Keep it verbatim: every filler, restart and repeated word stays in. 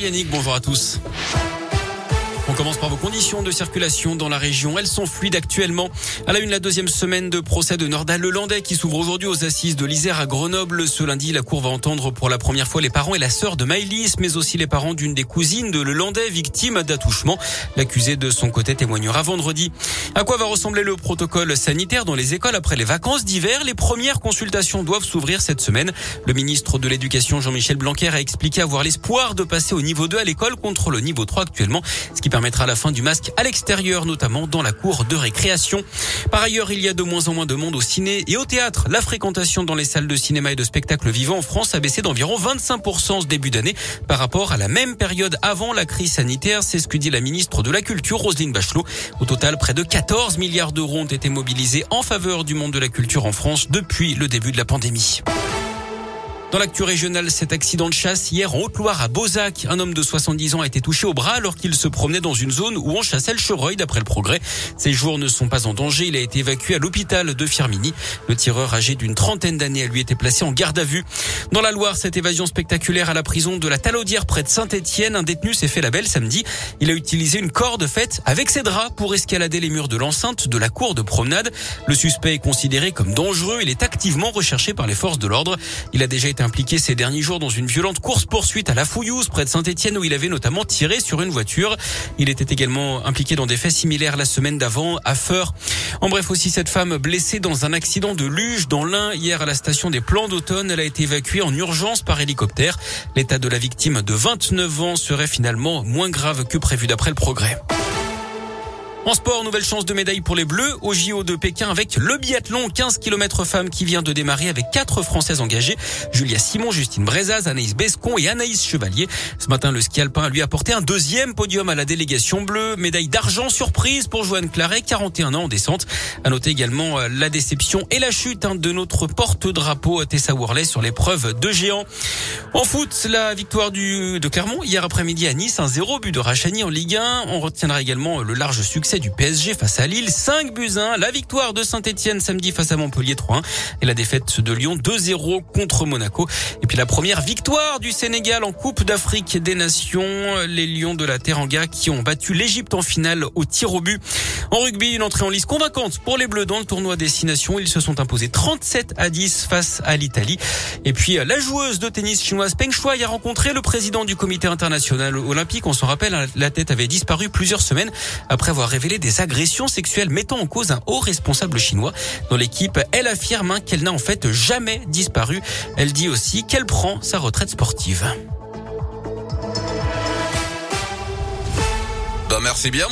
Yannick, bonjour à tous. On commence par vos conditions de circulation dans la région. Elles sont fluides actuellement. À la une, la deuxième semaine de procès de Nordal Lelandais qui s'ouvre aujourd'hui aux assises de l'Isère à Grenoble. Ce lundi, la cour va entendre pour la première fois les parents et la sœur de Maëlys, mais aussi les parents d'une des cousines de Lelandais, victime d'attouchement. L'accusé de son côté témoignera vendredi. À quoi va ressembler le protocole sanitaire dans les écoles après les vacances d'hiver? Les premières consultations doivent s'ouvrir cette semaine. Le ministre de l'Éducation, Jean-Michel Blanquer, a expliqué avoir l'espoir de passer au niveau deux à l'école contre le niveau trois actuellement, ce qui permettra la fin du masque à l'extérieur, notamment dans la cour de récréation. Par ailleurs, il y a de moins en moins de monde au ciné et au théâtre. La fréquentation dans les salles de cinéma et de spectacle vivant en France a baissé d'environ vingt-cinq pour cent ce début d'année par rapport à la même période avant la crise sanitaire. C'est ce que dit la ministre de la Culture, Roselyne Bachelot. Au total, près de quatorze milliards d'euros ont été mobilisés en faveur du monde de la culture en France depuis le début de la pandémie. Dans l'actu régionale, cet accident de chasse hier en Haute-Loire à Beauzac. Un homme de soixante-dix ans a été touché au bras alors qu'il se promenait dans une zone où on chassait le chevreuil d'après le Progrès. Ses jours ne sont pas en danger. Il a été évacué à l'hôpital de Firminy. Le tireur âgé d'une trentaine d'années a lui été placé en garde à vue. Dans la Loire, cette évasion spectaculaire à la prison de la Talaudière près de Saint-Étienne. Un détenu s'est fait la belle samedi. Il a utilisé une corde faite avec ses draps pour escalader les murs de l'enceinte de la cour de promenade. Le suspect est considéré comme dangereux. Il est activement recherché par les forces de l'ordre. Il a déjà été impliqué ces derniers jours dans une violente course-poursuite à la Fouillouse près de Saint-Étienne où il avait notamment tiré sur une voiture. Il était également impliqué dans des faits similaires la semaine d'avant à Feur. En bref, aussi cette femme blessée dans un accident de luge dans l'Ain hier à la station des Plans d'Automne. Elle a été évacuée en urgence par hélicoptère. L'état de la victime de vingt-neuf ans serait finalement moins grave que prévu d'après le Progrès. En sport, nouvelle chance de médaille pour les Bleus au J O de Pékin avec le biathlon quinze kilomètres femmes qui vient de démarrer avec quatre Françaises engagées. Julia Simon, Justine Brezaz, Anaïs Bescon et Anaïs Chevalier. Ce matin, le ski alpin a lui apporté un deuxième podium à la délégation bleue. Médaille d'argent surprise pour Joanne Claret, quarante et un ans en descente. À noter également la déception et la chute de notre porte-drapeau Tessa Worley sur l'épreuve de géant. En foot, la victoire du, de Clermont hier après-midi à Nice, un zéro but de Rachani en Ligue un. On retiendra également le large succès du P S G face à Lille, cinq buts à un. La victoire de Saint-Etienne samedi face à Montpellier trois un. Et la défaite de Lyon deux zéro contre Monaco. Et puis la première victoire du Sénégal en Coupe d'Afrique des Nations. Les Lions de la Teranga qui ont battu l'Égypte en finale au tir au but. En rugby, une entrée en lice convaincante pour les Bleus dans le tournoi Destination. Ils se sont imposés trente-sept à dix face à l'Italie. Et puis la joueuse de tennis chinoise Peng Shuai a rencontré le président du comité international olympique. On s'en rappelle, la tête avait disparu plusieurs semaines après avoir révélé des agressions sexuelles mettant en cause un haut responsable chinois. Dans l'équipe, elle affirme qu'elle n'a en fait jamais disparu. Elle dit aussi qu'elle prend sa retraite sportive. Bah merci bien.